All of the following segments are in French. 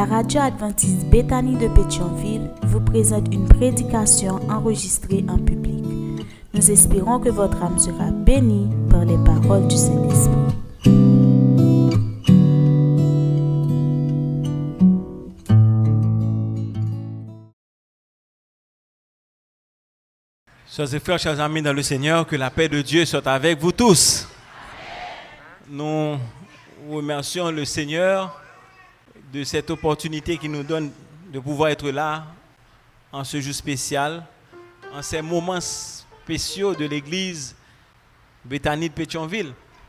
La radio adventiste Béthanie de Pétionville vous présente une prédication enregistrée en public. Nous espérons que votre âme sera bénie par les paroles du Saint-Esprit. Chers et frères, chers amis dans le Seigneur, que la paix de Dieu soit avec vous tous. Nous remercions le Seigneur de cette opportunité qu'il nous donne de pouvoir être là en ce jour spécial, en ces moments spéciaux de l'église Béthanie de Pétionville.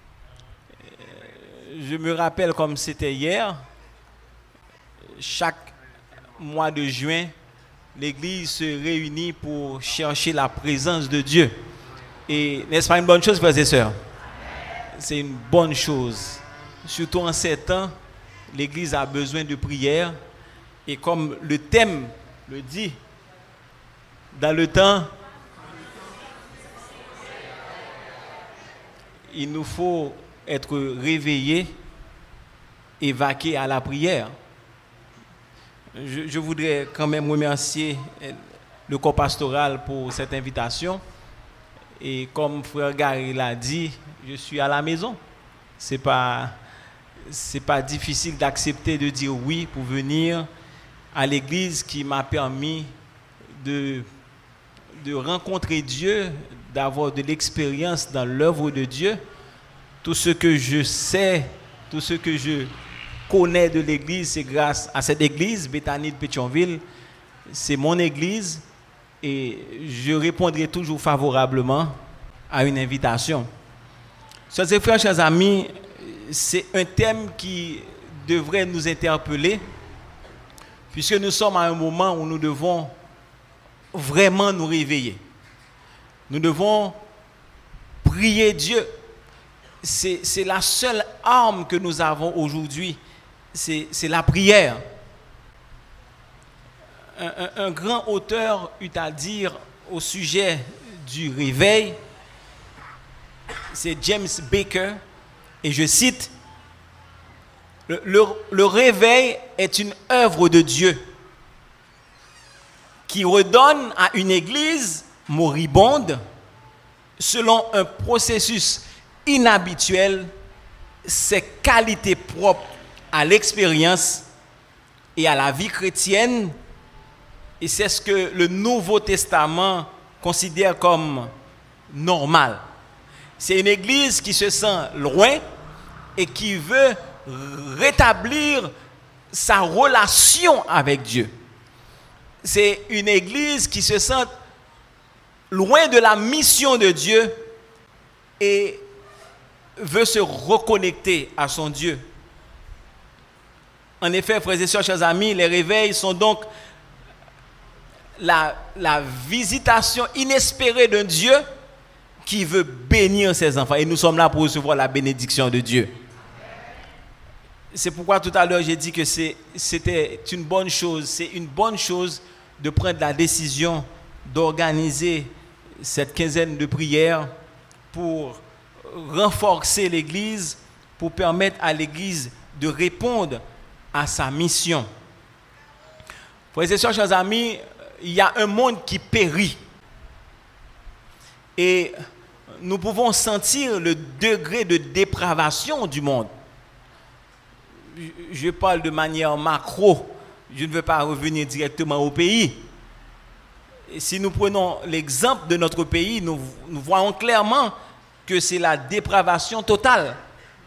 Je me rappelle comme c'était hier, chaque mois de juin, l'église se réunit pour chercher la présence de Dieu. Et n'est-ce pas une bonne chose, frères et sœurs? C'est une bonne chose. Surtout en ces temps, l'église a besoin de prière. Et comme le thème le dit, dans le temps, il nous faut être réveillés et vaquer à la prière. Je voudrais quand même remercier le corps pastoral pour cette invitation. Et comme frère Gary l'a dit, je suis à la maison. C'est pas difficile d'accepter de dire oui pour venir à l'église qui m'a permis de rencontrer Dieu, d'avoir de l'expérience dans l'œuvre de Dieu. Tout ce que je sais, tout ce que je connais de l'église, c'est grâce à cette église, Béthanie de Pétionville. C'est mon église et je répondrai toujours favorablement à une invitation. Chers et frères, chers amis, c'est un thème qui devrait nous interpeller puisque nous sommes à un moment où nous devons vraiment nous réveiller. Nous devons prier Dieu. C'est la seule arme que nous avons aujourd'hui. C'est la prière. Un grand auteur eut à dire au sujet du réveil, c'est James Baker, et je cite, le réveil est une œuvre de Dieu qui redonne à une église moribonde, selon un processus inhabituel, ses qualités propres à l'expérience et à la vie chrétienne, et c'est ce que le Nouveau Testament considère comme normal. C'est une église qui se sent loin et qui veut rétablir sa relation avec Dieu. C'est une église qui se sent loin de la mission de Dieu et veut se reconnecter à son Dieu. En effet, frères et sœurs, chers amis, les réveils sont donc la visitation inespérée d'un Dieu qui veut bénir ses enfants. Et nous sommes là pour recevoir la bénédiction de Dieu. C'est pourquoi tout à l'heure j'ai dit que c'était une bonne chose. C'est une bonne chose de prendre la décision d'organiser cette quinzaine de prières pour renforcer l'Église, pour permettre à l'Église de répondre à sa mission. Frères et sœurs, chers amis, il y a un monde qui périt. Et nous pouvons sentir le degré de dépravation du monde. Je parle de manière macro. Je ne veux pas revenir directement au pays. Et si nous prenons l'exemple de notre pays, nous voyons clairement que c'est la dépravation totale.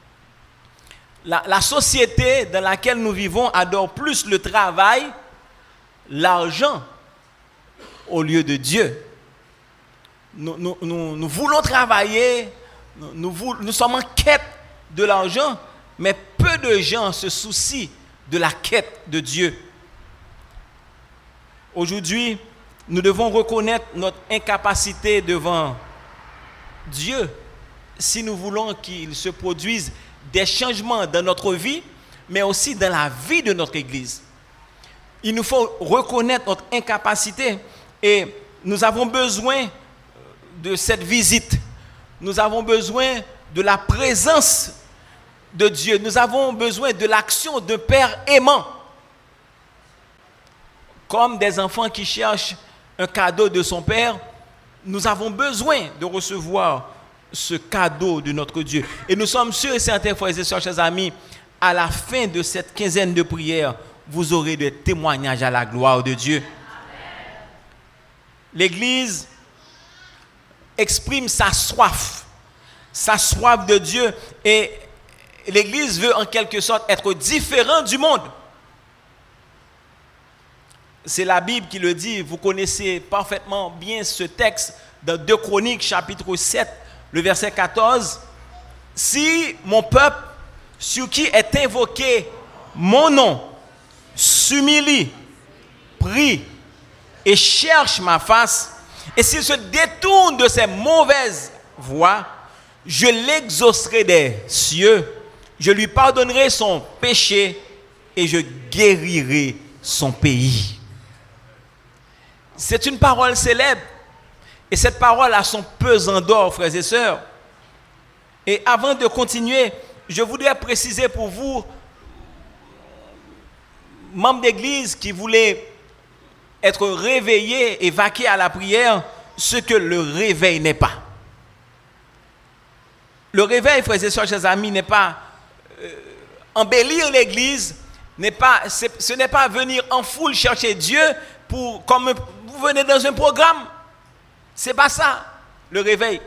La société dans laquelle nous vivons adore plus le travail, l'argent, au lieu de Dieu. Nous voulons travailler, nous sommes en quête de l'argent, mais peu de gens se soucient de la quête de Dieu. Aujourd'hui, nous devons reconnaître notre incapacité devant Dieu si nous voulons qu'il se produise des changements dans notre vie, mais aussi dans la vie de notre Église. Il nous faut reconnaître notre incapacité et nous avons besoin de cette visite. Nous avons besoin de la présence de Dieu. Nous avons besoin de l'action d'un Père aimant comme des enfants qui cherchent un cadeau de son Père, nous avons besoin de recevoir ce cadeau de notre Dieu. Et nous sommes sûrs et certains, frères et sœurs, chers amis, à la fin de cette quinzaine de prières, vous aurez des témoignages à la gloire de Dieu. L'Église exprime sa soif de Dieu, et l'Église veut en quelque sorte être différente du monde. C'est la Bible qui le dit. Vous connaissez parfaitement bien ce texte dans 2 Chroniques chapitre 7, le verset 14. Si mon peuple, sur qui est invoqué mon nom, s'humilie, prie et cherche ma face, et s'il se détourne de ses mauvaises voies, je l'exaucerai des cieux, je lui pardonnerai son péché et je guérirai son pays. C'est une parole célèbre, et cette parole a son pesant d'or, frères et sœurs. Et avant de continuer, je voudrais préciser pour vous, membres d'église qui voulaient être réveillés et vaquer à la prière, ce que le réveil n'est pas. Le réveil, frères et sœurs, chers amis, n'est pas embellir l'église, ce n'est pas venir en foule chercher Dieu comme vous venez dans un programme. C'est pas ça, le réveil.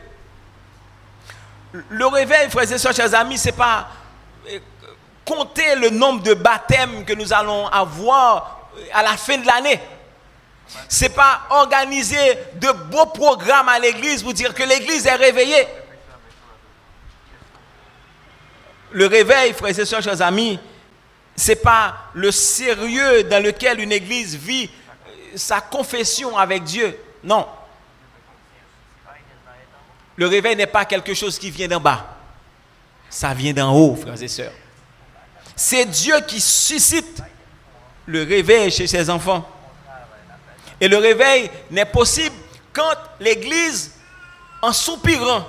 Le réveil, frères et sœurs, chers amis, c'est pas compter le nombre de baptêmes que nous allons avoir à la fin de l'année. C'est pas organiser de beaux programmes à l'église pour dire que l'église est réveillée. Le réveil, frères et sœurs, chers amis, c'est pas le sérieux dans lequel une église vit sa confession avec Dieu. Non. Le réveil n'est pas quelque chose qui vient d'en bas. Ça vient d'en haut, frères et sœurs. C'est Dieu qui suscite le réveil chez ses enfants. Et le réveil n'est possible quand l'Église, en soupirant,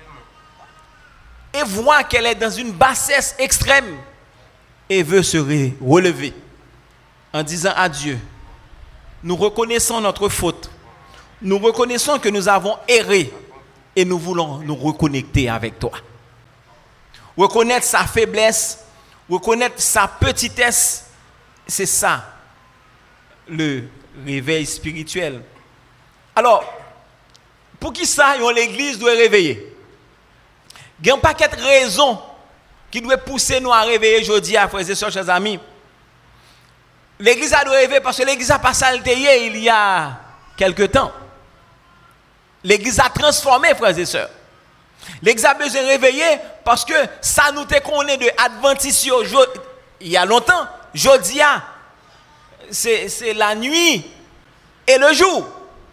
et voit qu'elle est dans une bassesse extrême, et veut se relever en disant à Dieu, nous reconnaissons notre faute, nous reconnaissons que nous avons erré, et nous voulons nous reconnecter avec toi. Reconnaître sa faiblesse, reconnaître sa petitesse, c'est ça le réveil spirituel. Alors, pour qui ça, l'église doit réveiller? Il y a un paquet de raisons qui doivent pousser nous à réveiller aujourd'hui, frères et sœurs, chers amis. L'église a dû réveiller parce que l'église a pas saltéé il y a quelque temps. L'église a transformé, frères et sœurs. L'église a besoin de réveiller parce que ça nous te connaît de adventistes il y a longtemps. Jodia, c'est la nuit et le jour.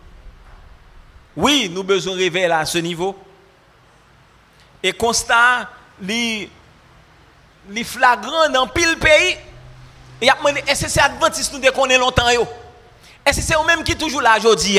Oui, nous avons besoin de réveiller à ce niveau. Et constat, les flagrants dans pile pays. Et a demandé, est-ce que c'est adventiste nous te connaît longtemps? Est-ce que c'est eux-mêmes qui toujours là aujourd'hui?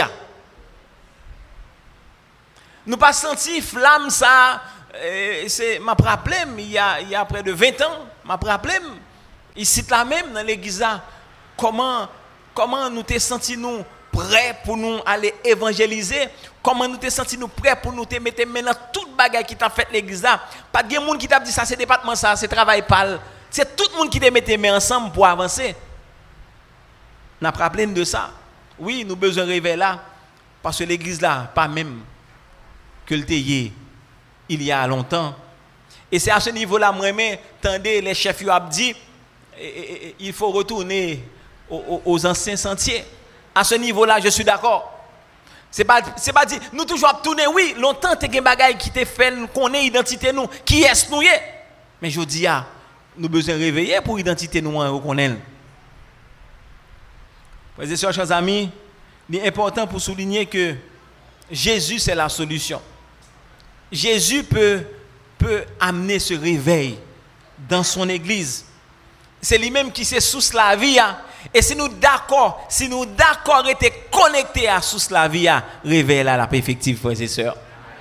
Nous pas senti flamme ça, m'a rappelé il y a près de 20 ans, m'a rappelé ici là même dans l'église comment nous t'es senti nous prêts pour nous aller évangéliser, comment nous t'es senti nous prêts pour nous te mettre maintenant toute bagaille qui t'a fait l'église là, pas de monde qui t'a dit ça c'est département ça, c'est travail pâle, c'est tout le monde qui te mettait mais ensemble pour avancer. N'a rappelé de ça. Oui, nous besoin rêver là parce que l'église là pas même que le théier il y a longtemps. Et c'est à ce niveau-là, moi, tendez les chefs ont dit, il faut retourner aux anciens sentiers. À ce niveau-là, je suis d'accord. C'est pas dit, nous toujours tourner, oui, longtemps, tu as des bagailles qui te fait connaître l'identité nous, qui est nous. Mais je dis, nous avons besoin de réveiller pour l'identité nous reconnaître. Frères et sœurs, chers amis, il est important pour souligner que Jésus, c'est la solution. Jésus peut amener ce réveil dans son église. C'est lui-même qui s'est sous la vie. Et si nous d'accord étaient connectés à sous la vie, réveil là, la effective, frères et sœurs.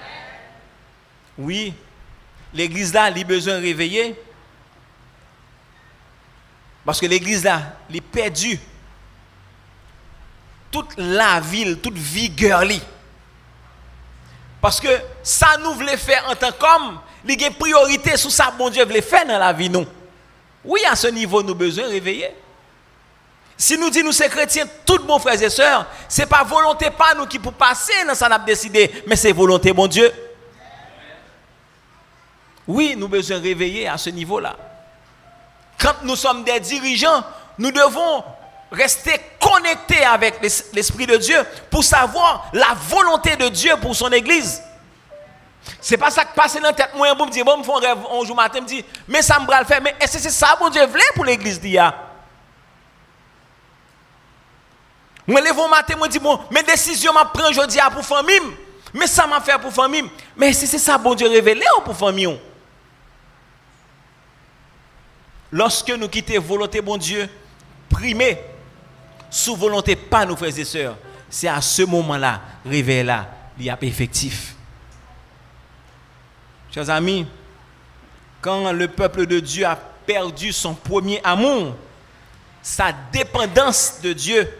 Oui, l'église là, elle a besoin de réveiller. Parce que l'église là, elle est perdue. toute la ville, toute vigueur li. Parce que ça nous voulait faire en tant qu'homme, il y a une priorité sur ça bon Dieu voulait faire dans la vie nous. Oui, à ce niveau nous besoin de réveiller. Si nous disons nous sommes chrétiens, tous bons frères et sœurs, ce n'est pas volonté pas nous qui pour passer dans ça n'a décidé, mais c'est volonté bon Dieu. Oui, nous besoin de réveiller à ce niveau-là. Quand nous sommes des dirigeants, nous devons rester connectés avec l'Esprit de Dieu pour savoir la volonté de Dieu pour son Église. C'est pas ça qui passe dans la tête. Moi, je me dis, bon, je fais un rêve un jour matin, je me dis, mais ça me va le faire. Mais est-ce que c'est ça que Dieu voulait pour l'Église d'hier? Je me lève au matin, je me dis, bon, mes décisions je prends aujourd'hui pour famille. Mais ça m'a fait pour famille. Mais est-ce que c'est ça que Dieu révélé pour famille? Lorsque nous quittons volonté bon Dieu, primé, sous volonté pas nos frères et sœurs, c'est à ce moment-là, réveil là, il y a effectif. Chers amis, quand le peuple de Dieu a perdu son premier amour, sa dépendance de Dieu,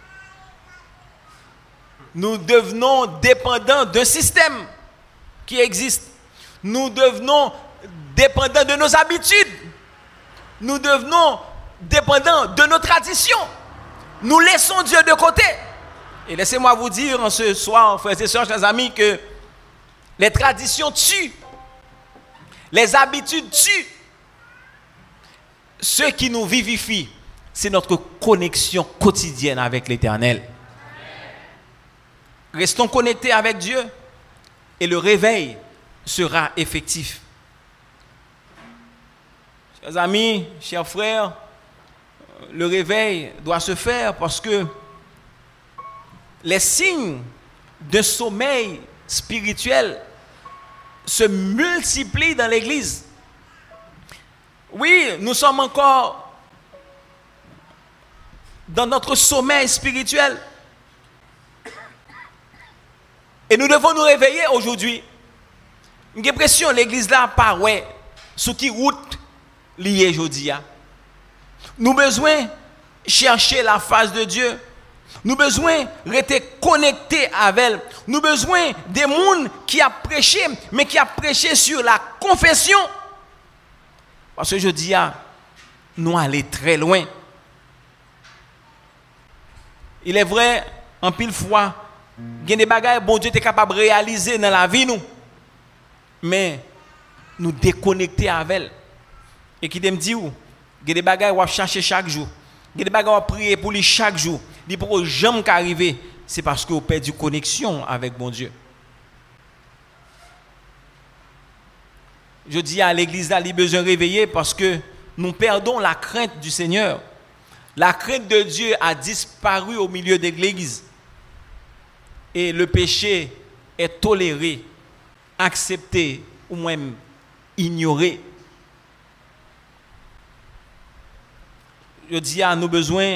nous devenons dépendants d'un système qui existe. Nous devenons dépendants de nos habitudes. Nous devenons dépendants de nos traditions. Nous laissons Dieu de côté. Et laissez-moi vous dire en ce soir, frères et sœurs, chers amis, que les traditions tuent. Les habitudes tuent. Ce qui nous vivifie, c'est notre connexion quotidienne avec l'Éternel. Restons connectés avec Dieu et le réveil sera effectif. Chers amis, chers frères, le réveil doit se faire parce que les signes de sommeil spirituel se multiplient dans l'Église. Oui, nous sommes encore dans notre sommeil spirituel. Et nous devons nous réveiller aujourd'hui. J'ai l'impression que l'Église là, pas ouais, sous qui route liée aujourd'hui. Nous avons besoin de chercher la face de Dieu. Nous avons besoin de rester connectés avec elle. Nous avons besoin des gens qui a prêché, mais qui a prêché sur la confession. Parce que je dis, nous allons très loin. Il est vrai, en pile fois, il y a des bagages bon Dieu est capable de réaliser dans la vie nous. Mais nous déconnecter avec elle. Et qui me dit, il y a des bagages qu'on chercher chaque jour. Il y a des bagages qu'on prier pour lui chaque jour. Il pour jamais arriver, c'est parce que vous perdez connexion avec bon Dieu. Je dis à l'église là, il a besoin de réveiller parce que nous perdons la crainte du Seigneur. La crainte de Dieu a disparu au milieu de l'église. Et le péché est toléré, accepté ou même ignoré. Je dis à nous besoin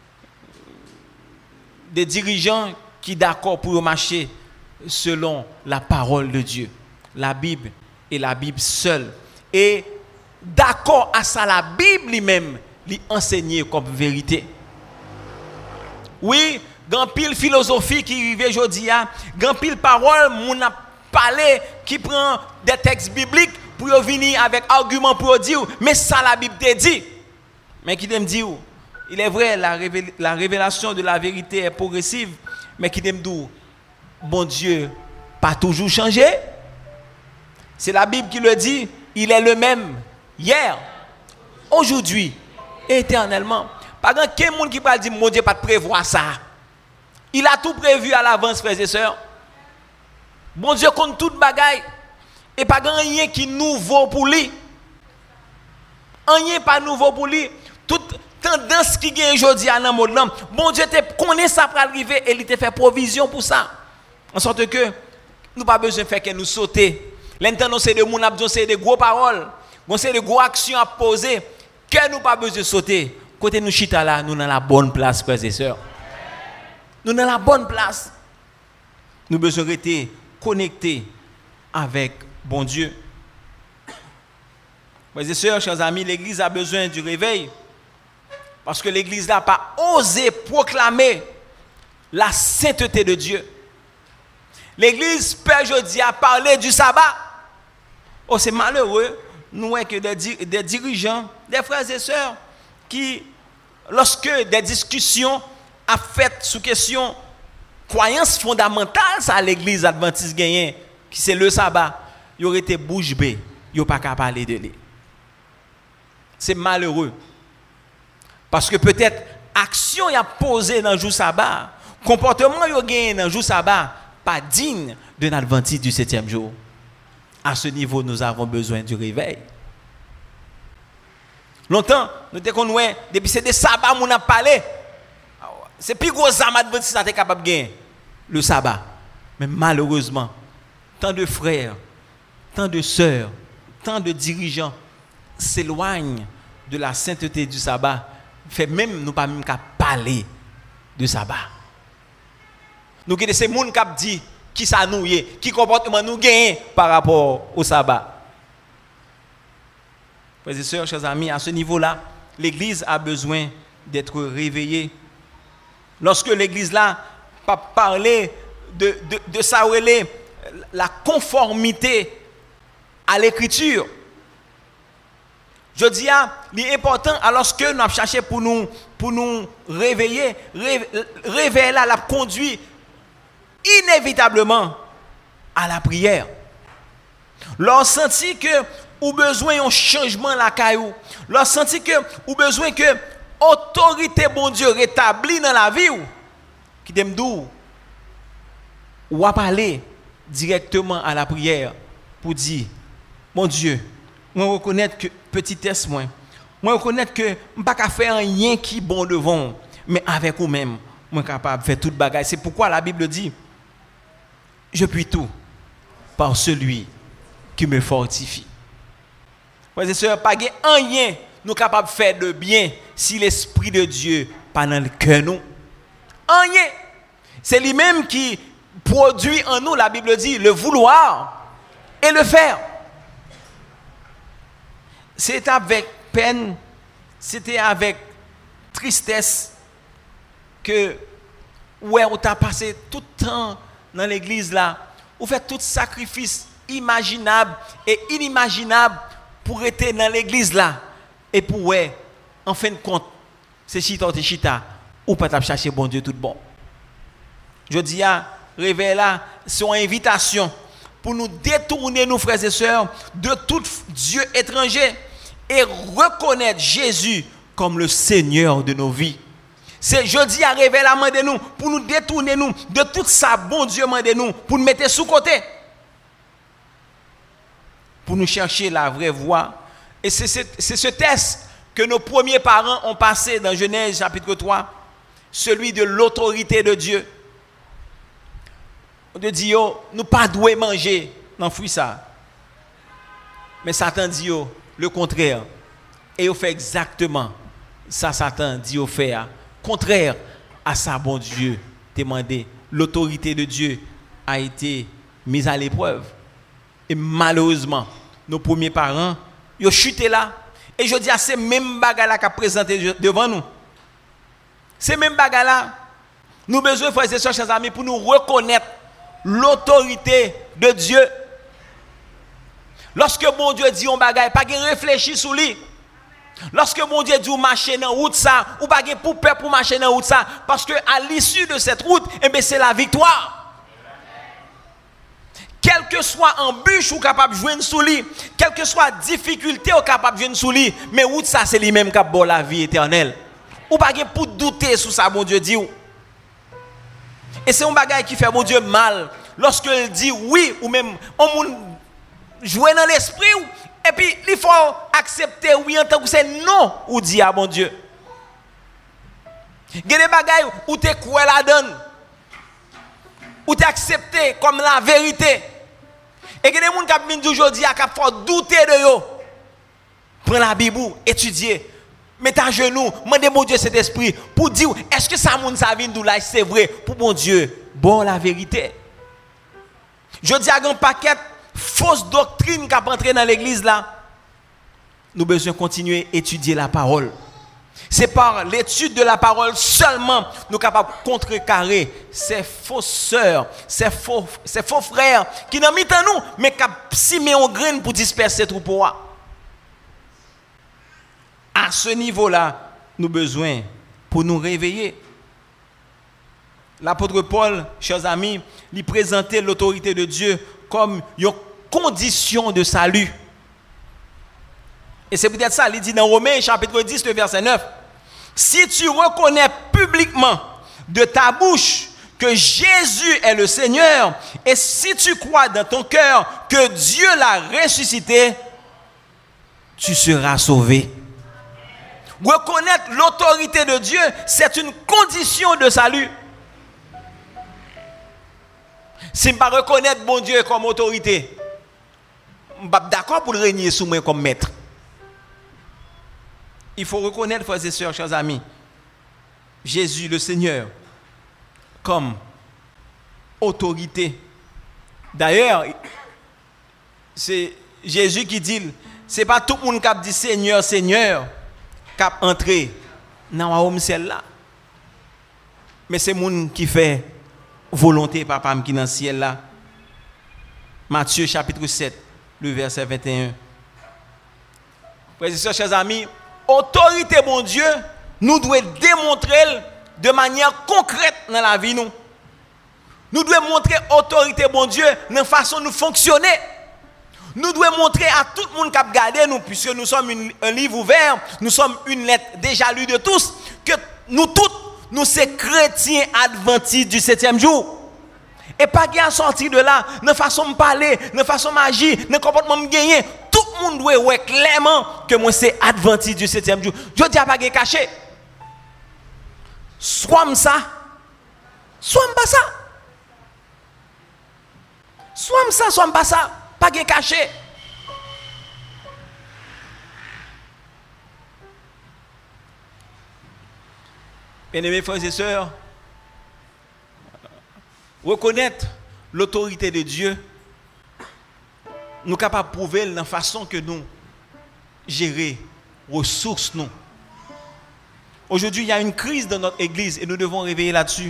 des dirigeants qui sont d'accord pour marcher selon la parole de Dieu, la Bible et la Bible seule. Et d'accord à ça, la Bible lui-même l'enseigner comme vérité. Oui, grand pile philosophie qui arrive aujourd'hui, grand pile parole, mon a parlé qui prend des textes bibliques pour venir avec arguments pour dire, mais ça la Bible te dit. Mais qui me dit, il est vrai, la révélation de la vérité est progressive, mais qui me dit, bon Dieu, pas toujours changé. C'est la Bible qui le dit, il est le même hier, aujourd'hui, éternellement. Pas grand quelqu'un qui va dire, mon Dieu, pas de prévoir ça. Il a tout prévu à l'avance, frères et sœurs. Bon Dieu compte toute bagaille. Et pas grand rien qui est nouveau pour lui. Rien pas nouveau pour lui. Toute tendance qui gagne aujourd'hui à l'homme, bon Dieu te connaît ça pour arriver et il te fait provision pour ça. En sorte que nous pas besoin de faire que nous sauter. L'intention c'est de mon abdon, c'est de gros paroles, c'est de gros actions à poser. Que nous pas besoin de sauter. Côté nous chita là, nous dans la bonne place, frères et sœurs. Nous dans la bonne place. Nous besoin rester connectés avec bon Dieu. Frères et sœurs, chers amis, l'église a besoin du réveil. Parce que l'église n'a pas osé proclamer la sainteté de Dieu. L'église peut aujourd'hui à parler du sabbat. Oh, c'est malheureux, nous voyons que des dirigeants, des frères et sœurs, qui, lorsque des discussions a fait sous question croyance fondamentale, ça l'église adventiste gagnée, qui c'est le sabbat, il aurait été bouche bée, il n'y a pas qu'à parler de lui. C'est malheureux. Parce que peut-être, action y a posé dans le jour sabbat, comportement y a gagné dans le jour sabbat, pas digne d'un adventiste du 7e jour. À ce niveau, nous avons besoin du réveil. Longtemps, nous avons dit, depuis c'est des sabbats qu'on a parlé, c'est plus gros âme adventiste qui est capable de gagner le sabbat. Mais malheureusement, tant de frères, tant de sœurs, tant de dirigeants s'éloignent de la sainteté du sabbat, fait même nous pas même qu'à parler du sabbat. Nous qui ces gens qui dit qui ça nous est, qui comportement nous gagne par rapport au sabbat. Frères et sœurs, chers amis, à ce niveau-là, l'église a besoin d'être réveillée. Lorsque l'église là pas parler de ça, la conformité à l'écriture. Je dis, il est important, alors que nous avons cherché pour nous réveiller, réveiller là, la conduit inévitablement à la prière. Lorsque senti que ou besoin d'un changement la caillou, lorsque senti que ou besoin que autorité bon Dieu rétablie dans la vie qui t'aime d'où ou à parler directement à la prière pour dire mon Dieu, moi reconnaître que petitesse moi reconnaître que m'pas ka faire rien qui bon devant, mais avec vous même moi capable de faire toute bagaille. C'est pourquoi la Bible dit je puis tout par celui qui me fortifie. Frères et sœurs, pas rien nous capable de faire de bien si l'esprit de Dieu pas dans le cœur nous. Rien. C'est lui-même qui produit en nous, la Bible dit, le vouloir et le faire. C'est avec peine, c'était avec tristesse que on t'a passé tout le temps dans l'église là, on fait tout sacrifice imaginable et inimaginable pour être dans l'église là et pour en fin de compte c'est chita ou pas chercher bon Dieu tout bon. Je dis à réveil là, c'est une invitation pour nous détourner nos frères et sœurs de tout Dieu étranger et reconnaître Jésus comme le Seigneur de nos vies. C'est jeudi à réveiller la main de nous pour nous détourner nous de tout ça bon Dieu mande nous pour nous mettre sous côté. Pour nous chercher la vraie voie. Et c'est ce test que nos premiers parents ont passé dans Genèse chapitre 3, celui de l'autorité de Dieu. On te dit, nous pas doués manger dans fruit ça. Mais Satan dit le contraire. Et il fait exactement ça, Satan dit au faire. Contraire à ça, bon Dieu, demandé. L'autorité de Dieu a été mise à l'épreuve. Et malheureusement, nos premiers parents, ils ont chuté là. Et je dis à ces mêmes bagages-là qui sont présentés devant nous. Ces mêmes bagages-là, nous avons besoin, frères et sœurs, chers amis, pour nous reconnaître l'autorité de Dieu. Lorsque bon Dieu dit un bagage, pas de réfléchir sur lui. Lorsque mon Dieu dit marcher dans route ça, ou pas pour peur pour marcher dans route ça, parce que à l'issue de cette route, c'est la victoire. Quelle que soit embûche ou capable de joindre sous lui, quelle que soit difficulté ou capable de joindre sous lui, mais route ça c'est lui-même qui a bon la vie éternelle. Ou pas pour douter sur ça, mon Dieu dit. Et c'est un bagage qui fait mon Dieu mal lorsque il dit oui ou même on jouer dans l'esprit. Et puis, il faut accepter oui en tant que c'est non ou dit à bon Dieu. Il y a des bagailles où tu crois la donne, où tu accepté comme la vérité. Et il y a des gens qui viennent aujourd'hui à faut douter de eux. Prends la Bible, étudier, mets à genoux, demandez mon Dieu cet esprit pour dire est-ce que ça moun ça vient d'où là c'est vrai pour mon Dieu. Bon la vérité. Je dis à un paquet fausse doctrine qui a entré dans l'église là, nous devons besoin continuer à étudier la parole. C'est par l'étude de la parole seulement nous sommes capables de contrecarrer ces fausses-sœurs, ces faux frères qui n'ont mis en nous, mais qui ont simé en graine pour disperser tout troupeau. À ce niveau-là, nous avons besoin pour nous réveiller. L'apôtre Paul, chers amis, lui présentait l'autorité de Dieu comme une condition de salut. Et c'est peut-être ça, il dit dans Romains chapitre 10, le verset 9. Si tu reconnais publiquement de ta bouche que Jésus est le Seigneur, et si tu crois dans ton cœur que Dieu l'a ressuscité, tu seras sauvé. Reconnaître l'autorité de Dieu, c'est une condition de salut. Si je ne reconnais pas bon Dieu comme autorité, je ne suis pas d'accord pour le régner sous moi comme maître. Il faut reconnaître, frères et sœurs, chers amis, Jésus le Seigneur comme autorité. D'ailleurs, c'est Jésus qui dit, ce n'est pas tout le monde qui dit Seigneur, Seigneur, qui a entré dans le ciel là. Mais c'est le monde qui fait volonté, papa, qui est dans le ciel là. Matthieu chapitre 7, le verset 21. Frères et sœurs, chers amis, autorité, bon Dieu, nous devons démontrer de manière concrète dans la vie. Nous devons montrer autorité, bon Dieu, dans la façon de nous fonctionner. Nous devons montrer à tout le monde qui a regardé nous, puisque nous sommes un livre ouvert, nous sommes une lettre déjà lue de tous, que nous tous, nous sommes chrétiens adventistes du 7e jour. Et pas qu'il y a sorti de là, dans la façon de parler, dans la façon d'agir, dans le comportement de gagner. Tout le monde doit voir clairement que moi c'est adventiste du 7e jour. Je dis à pas caché. Soit ça, soit pas ça. Soit ça, soit pas ça. Pas caché. Bien-aimés frères et sœurs, reconnaître l'autorité de Dieu, nous sommes capables de prouver la façon que nous gérons les ressources. Aujourd'hui, il y a une crise dans notre église et nous devons réveiller là-dessus.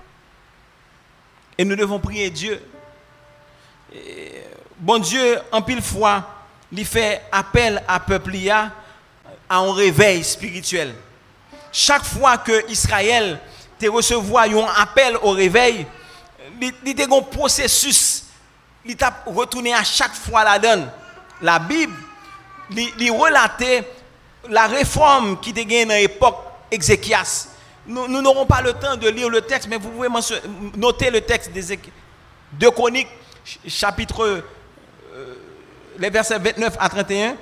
Et nous devons prier Dieu. Et, bon Dieu, en pile fois, il fait appel à peuple à un réveil spirituel. Chaque fois que Israël te recevoir un appel au réveil, il y a un processus. Il t'a retourné à chaque fois la donne. La Bible, il relatait la réforme qui était gagnée dans l'époque Ézéchias. Nous n'aurons pas le temps de lire le texte, mais vous pouvez noter le texte de Chroniques, chapitre, les versets 29 à 31.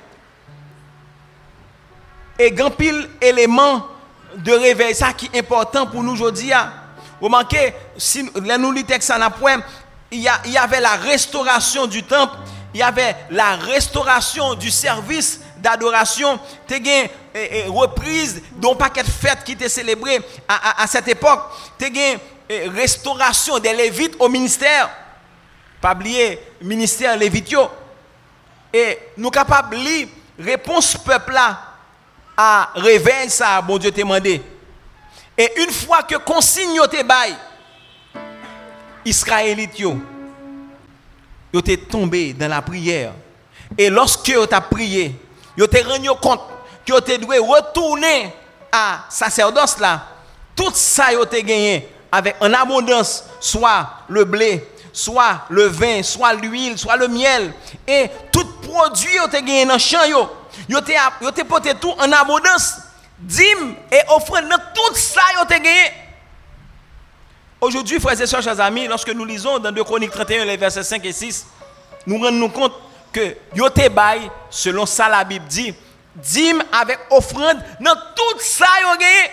Et grand pile élément de réveil, ça qui est important pour nous aujourd'hui. Vous manquez, si nous lisons le texte en appoint, il y avait la restauration du temple, il y avait la restauration du service d'adoration, tu as reprise d'un paquet de fêtes qui étaient célébrées à cette époque, tu as restauration des Lévites au ministère, pas oublier ministère Lévitio, et nous sommes capables de lire réponse peuple là à réveil ça, bon Dieu t'a demandé. Et une fois que consigne te bail, Israélites yo étaient tombés dans la prière. Et lorsque yo t'a prié, yo te rendu compte que yo te doit retourner à sacerdoce là. Tout ça yo te gagné avec en abondance, soit le blé, soit le vin, soit l'huile, soit le miel, et tout produit yo te gagné dans champ yo. Yo te porté tout en abondance, dîme et offrande, tout ça yo te gagné. Aujourd'hui, frères et sœurs, chers amis, lorsque nous lisons dans 2 Chroniques 31, les versets 5 et 6, nous rendons compte que yo te bail, selon ça la Bible dit, dîme avec offrande, dans tout ça yo gagné.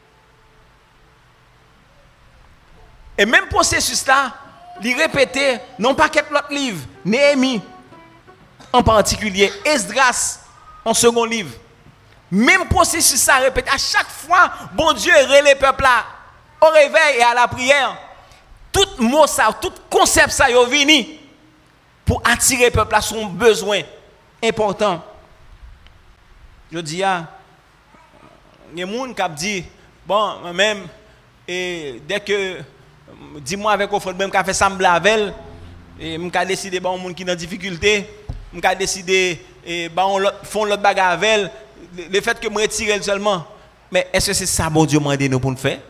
Et même processus là, il répétait, non pas quelques autres livres, Néhémie en particulier, Esdras en second livre. Même processus ça répète à chaque fois, bon Dieu relève le peuple là au réveil et à la prière. Tout mot ça, tout concept ça yo vini pour attirer le peuple à son besoin important. Je dis il y a des gens qui disent, bon, même, et dès que, dis-moi avec offre, même qui fait sembler avec, et je décidé, bon, gens qui sont en difficulté, je décidé, et bon, font l'autre bagarre avec, le fait que je retire seulement. Mais est-ce que c'est ça, bon Dieu, m'a nous pour nous faire?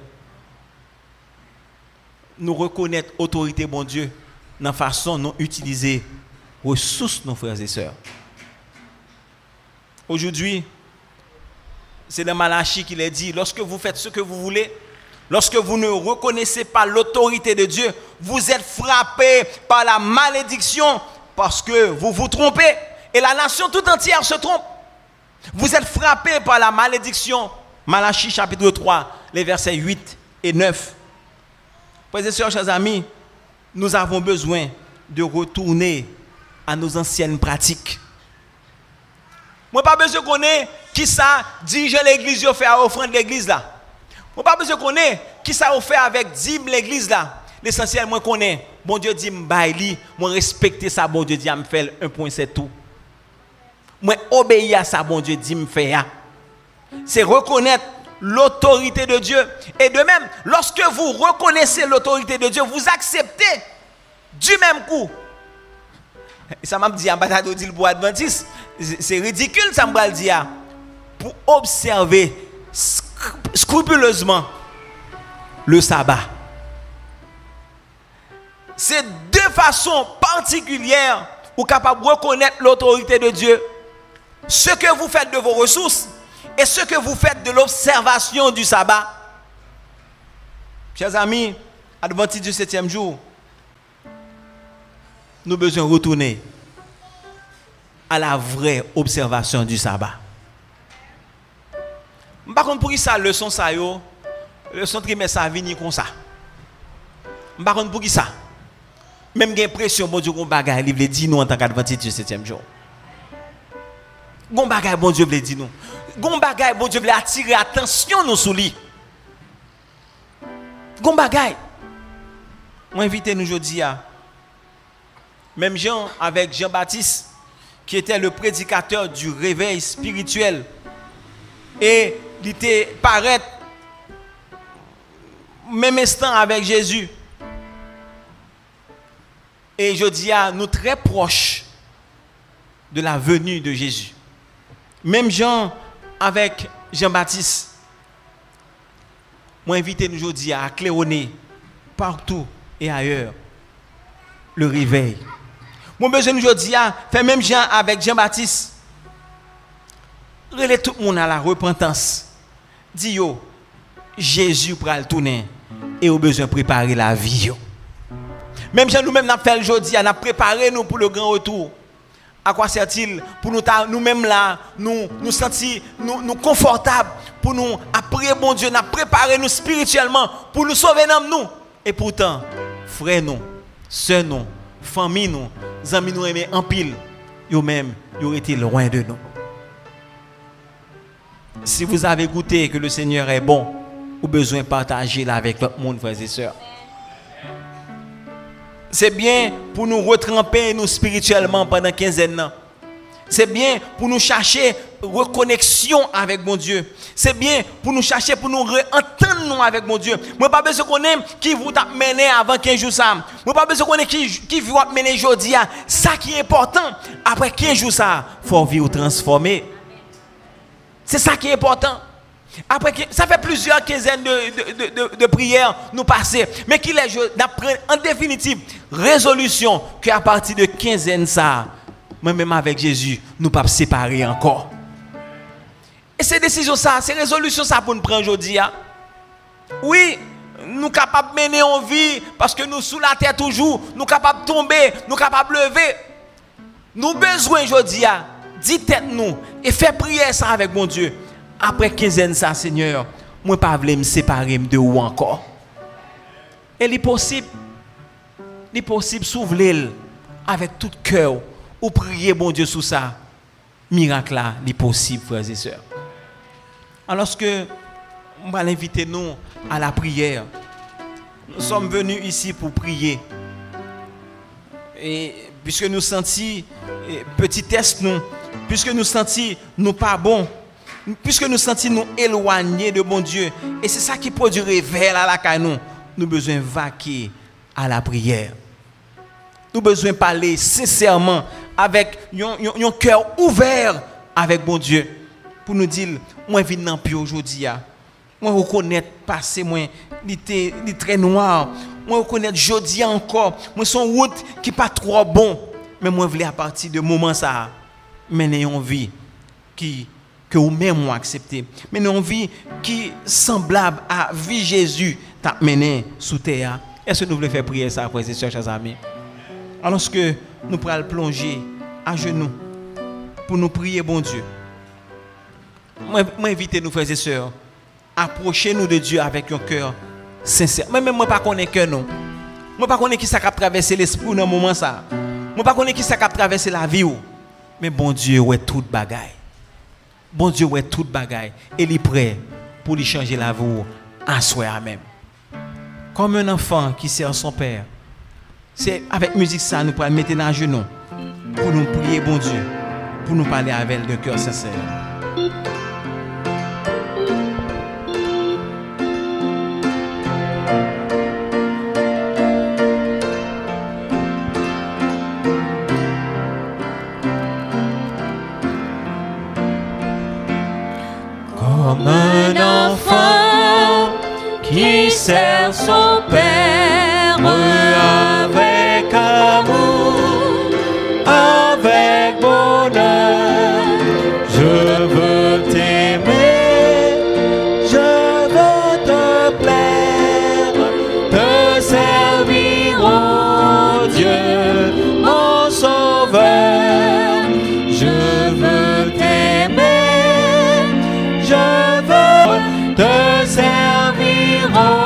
Nous reconnaître l'autorité, bon Dieu, dans la façon dont nous utiliser ressources, nos frères et sœurs. Aujourd'hui, c'est dans Malachie qu'il est dit, lorsque vous faites ce que vous voulez, lorsque vous ne reconnaissez pas l'autorité de Dieu, vous êtes frappés par la malédiction parce que vous vous trompez. Et la nation tout entière se trompe. Vous êtes frappés par la malédiction. Malachie chapitre 3, les versets 8 et 9. Frères et sœurs, chers amis, nous avons besoin de retourner à nos anciennes pratiques. Moi, pas besoin de connaître qui ça dirige l'église, fait à offrande l'église là. Moi, pas besoin de connaître qui ça fait avec dîme l'église là. L'essentiel, moi, connais. Bon Dieu dit, m'baili, moi, respecter ça, bon Dieu dit, me faire 1.7 tout. Moi, obéir à ça, bon Dieu dit, me faire. C'est reconnaître l'autorité de Dieu. Et de même, lorsque vous reconnaissez l'autorité de Dieu, vous acceptez du même coup. Ça m'a dit, en bataille de pour Adventiste, c'est ridicule, ça m'a dit, pour observer scrupuleusement le sabbat. C'est deux façons particulières où capable de reconnaître l'autorité de Dieu. Ce que vous faites de vos ressources et ce que vous faites de l'observation du sabbat. Chers amis, Adventistes du 7e jour, nous avons besoin de retourner à la vraie observation du sabbat. Par contre, pour ça, leçon ça yo, leçon trimestre ça vient comme ça. Par contre, pour ça, même j'ai l'impression bon Dieu qu'on bagaille, il veut dire nous en tant qu'adventiste du 7e jour. Gon bagaille bon Dieu veut dire nous. Gon bagaille bon Dieu veut attirer attention nous sur lui. Gon bagaille. Moi invité nous aujourd'hui à même Jean avec Jean-Baptiste qui était le prédicateur du réveil spirituel et il était paraître même instant avec Jésus. Et je dis à nous très proches de la venue de Jésus. Même Jean avec Jean-Baptiste. Moi invité nous aujourd'hui à claironner partout et ailleurs le réveil. Moi besoin aujourd'hui à faire même Jean avec Jean-Baptiste. Relais tout le monde à la repentance. Dis yo, Jésus pral tourner et au besoin préparer la vie yo. Même si nous-mêmes nous fait aujourd'hui, nous préparé nous pour le grand retour. À quoi sert-il pour nous-mêmes là, nous sentir nous confortables pour nous après bon Dieu, nous préparé nous spirituellement pour nous sauver nous. Et pourtant, frères nous, sœurs nous, famille nous, amis nous aimer en pile, eux même, ils auraient été loin de nous. Si vous avez goûté que le Seigneur est bon, vous avez besoin de partager là avec l'autre monde, frères et sœurs. C'est bien pour nous retremper nous spirituellement pendant 15 ans. C'est bien pour nous chercher reconnexion avec mon Dieu. C'est bien pour nous chercher, pour nous entendre avec mon Dieu. Moi, pas besoin de connaître qui vous a mené avant 15 jours. Moi, pas besoin de connaître qui vous a mené aujourd'hui. Ça qui est important, après 15 jours, il faut vivre transformé. C'est ça qui est important. Après, ça fait plusieurs quinzaines de prières nous passer. Mais qu'il est en définitive résolution qu'à partir de quinzaine ça, même avec Jésus, nous ne pouvons pas séparer encore. Et ces décisions ça, ces résolutions ça pour nous prendre aujourd'hui. Oui, nous sommes capables de mener en vie parce que nous sous la terre toujours, nous sommes capables de tomber, nous sommes capables de lever. Nous avons besoin aujourd'hui, dites nous et faire prier ça avec mon Dieu. Après 15 ans, ça, Seigneur, moi, pas voulu me séparer de vous encore. Et il est possible, s'ouvrir avec tout cœur, ou prier, bon Dieu, sous ça. Miracle là, il est possible, frères et sœurs. Alors que, on va l'inviter nous à la prière. Nous sommes venus ici pour prier. Et puisque nous sentis, petit test nous, puisque nous sentis, nous pas bons, puisque nous sentons nous éloignés de bon Dieu, et c'est ça qui produit réveil à la caille nous, nous besoin vaquer à la prière. Nous besoin parler sincèrement avec un cœur ouvert avec bon Dieu pour nous dire moi vinn dans pied aujourd'hui moi reconnaître passé moi il très noir, moi reconnaître jodi encore moi son route qui pas trop bon, mais moi voulais à partir de moment ça mener une vie que ou même moi accepter, mener une vie qui semblable à vie Jésus t'a mené sous terre. Est-ce que nous voulons faire prier ça, frères et sœurs, chers amis? Alors que nous pourrons plonger à genoux pour nous prier, bon Dieu. Moi, invite nous, frères et sœurs, approchez-nous de Dieu avec un cœur sincère. Même moi, pas connaître que non. Moi, pas connaître qui ça a traversé l'esprit dans ce moment ça. Moi, pas connaître qui ça a traversé la vie. Mais bon Dieu, ouais toute bagaille. Bon Dieu, ouais toute bagaille. Et il est prêt pour lui changer la vie à soi même. Comme un enfant qui sert son père. C'est avec musique ça nous pourrons mettre dans les genoux pour nous prier bon Dieu, pour nous parler avec le cœur sincère. Comme un enfant qui sert son père.